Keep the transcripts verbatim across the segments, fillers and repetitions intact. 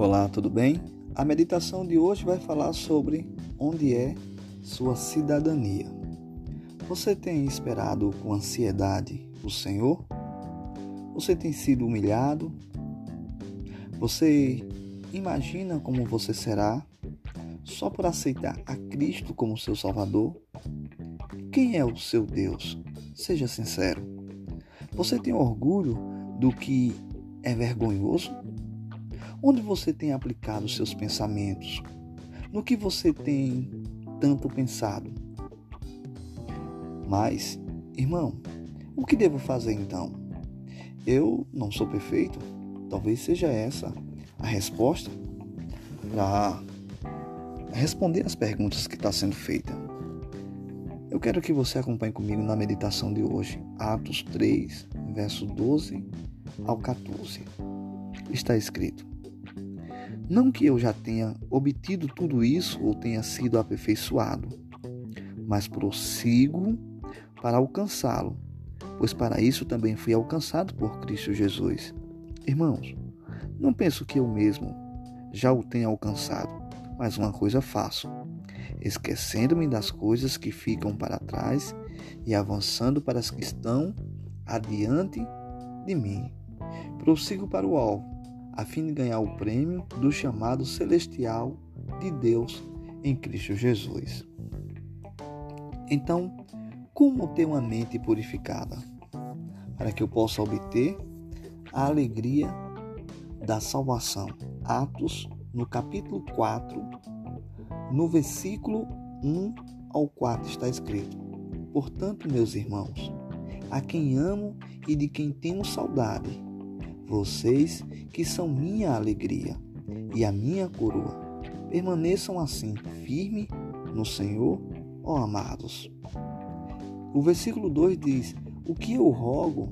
Olá, tudo bem? A meditação de hoje vai falar sobre onde é sua cidadania. Você tem esperado com ansiedade o Senhor? Você tem sido humilhado? Você imagina como você será só por aceitar a Cristo como seu Salvador? Quem é o seu Deus? Seja sincero. Você tem orgulho do que é vergonhoso? Onde você tem aplicado seus pensamentos? No que você tem tanto pensado? Mas, irmão, o que devo fazer então? Eu não sou perfeito? Talvez seja essa a resposta para responder as perguntas que está sendo feita. Eu quero que você acompanhe comigo na meditação de hoje, Atos três, verso doze ao quatorze. Está escrito: não que eu já tenha obtido tudo isso ou tenha sido aperfeiçoado, mas prossigo para alcançá-lo, pois para isso também fui alcançado por Cristo Jesus. Irmãos, não penso que eu mesmo já o tenha alcançado, mas uma coisa faço, esquecendo-me das coisas que ficam para trás e avançando para as que estão adiante de mim. Prossigo para o alvo, a fim de ganhar o prêmio do chamado celestial de Deus em Cristo Jesus. Então, como ter uma mente purificada? Para que eu possa obter a alegria da salvação. Atos, no capítulo quatro, no versículo um ao quatro, está escrito: portanto, meus irmãos, a quem amo e de quem tenho saudade, vocês que são minha alegria e a minha coroa, permaneçam assim firme no Senhor, ó amados. O versículo dois diz: o que eu rogo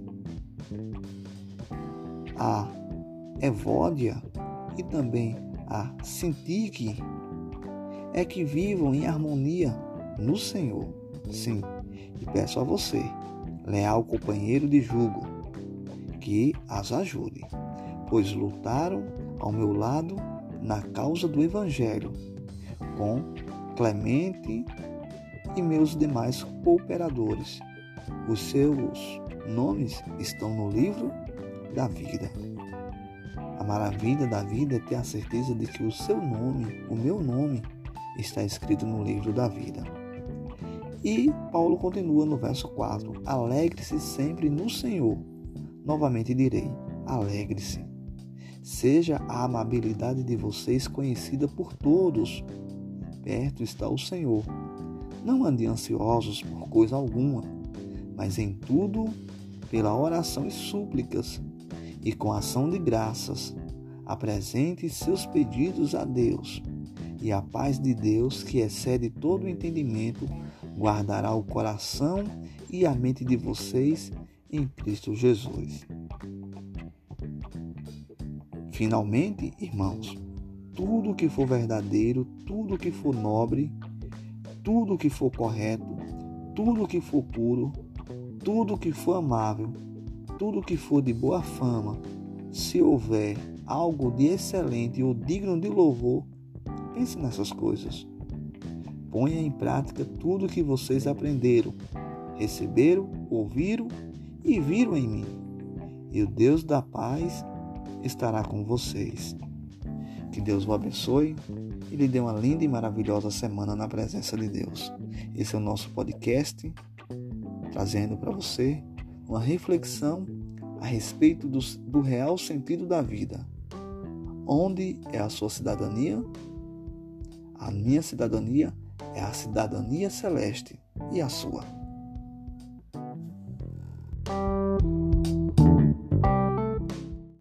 a Evódia e também a Sintique é que vivam em harmonia no Senhor. Sim, e peço a você, leal companheiro de jugo, que as ajude, pois lutaram ao meu lado na causa do Evangelho, com Clemente e meus demais cooperadores. Os seus nomes estão no livro da vida. A maravilha da vida é ter a certeza de que o seu nome, o meu nome, está escrito no livro da vida. E Paulo continua no verso quatro: alegre-se sempre no Senhor. Novamente direi, alegre-se. Seja a amabilidade de vocês conhecida por todos. Perto está o Senhor. Não andem ansiosos por coisa alguma, mas em tudo, pela oração e súplicas, e com ação de graças, apresente seus pedidos a Deus, e a paz de Deus, que excede todo o entendimento, guardará o coração e a mente de vocês em Cristo Jesus. Finalmente, irmãos, tudo que for verdadeiro, tudo que for nobre, tudo que for correto, tudo que for puro, tudo que for amável, tudo que for de boa fama, se houver algo de excelente ou digno de louvor, pense nessas coisas. Ponha em prática tudo que vocês aprenderam, receberam, ouviram e viram em mim. E o Deus da paz estará com vocês. Que Deus o abençoe e lhe dê uma linda e maravilhosa semana na presença de Deus. Esse é o nosso podcast, trazendo para você uma reflexão a respeito do, do real sentido da vida. Onde é a sua cidadania? A minha cidadania é a cidadania celeste. E a sua?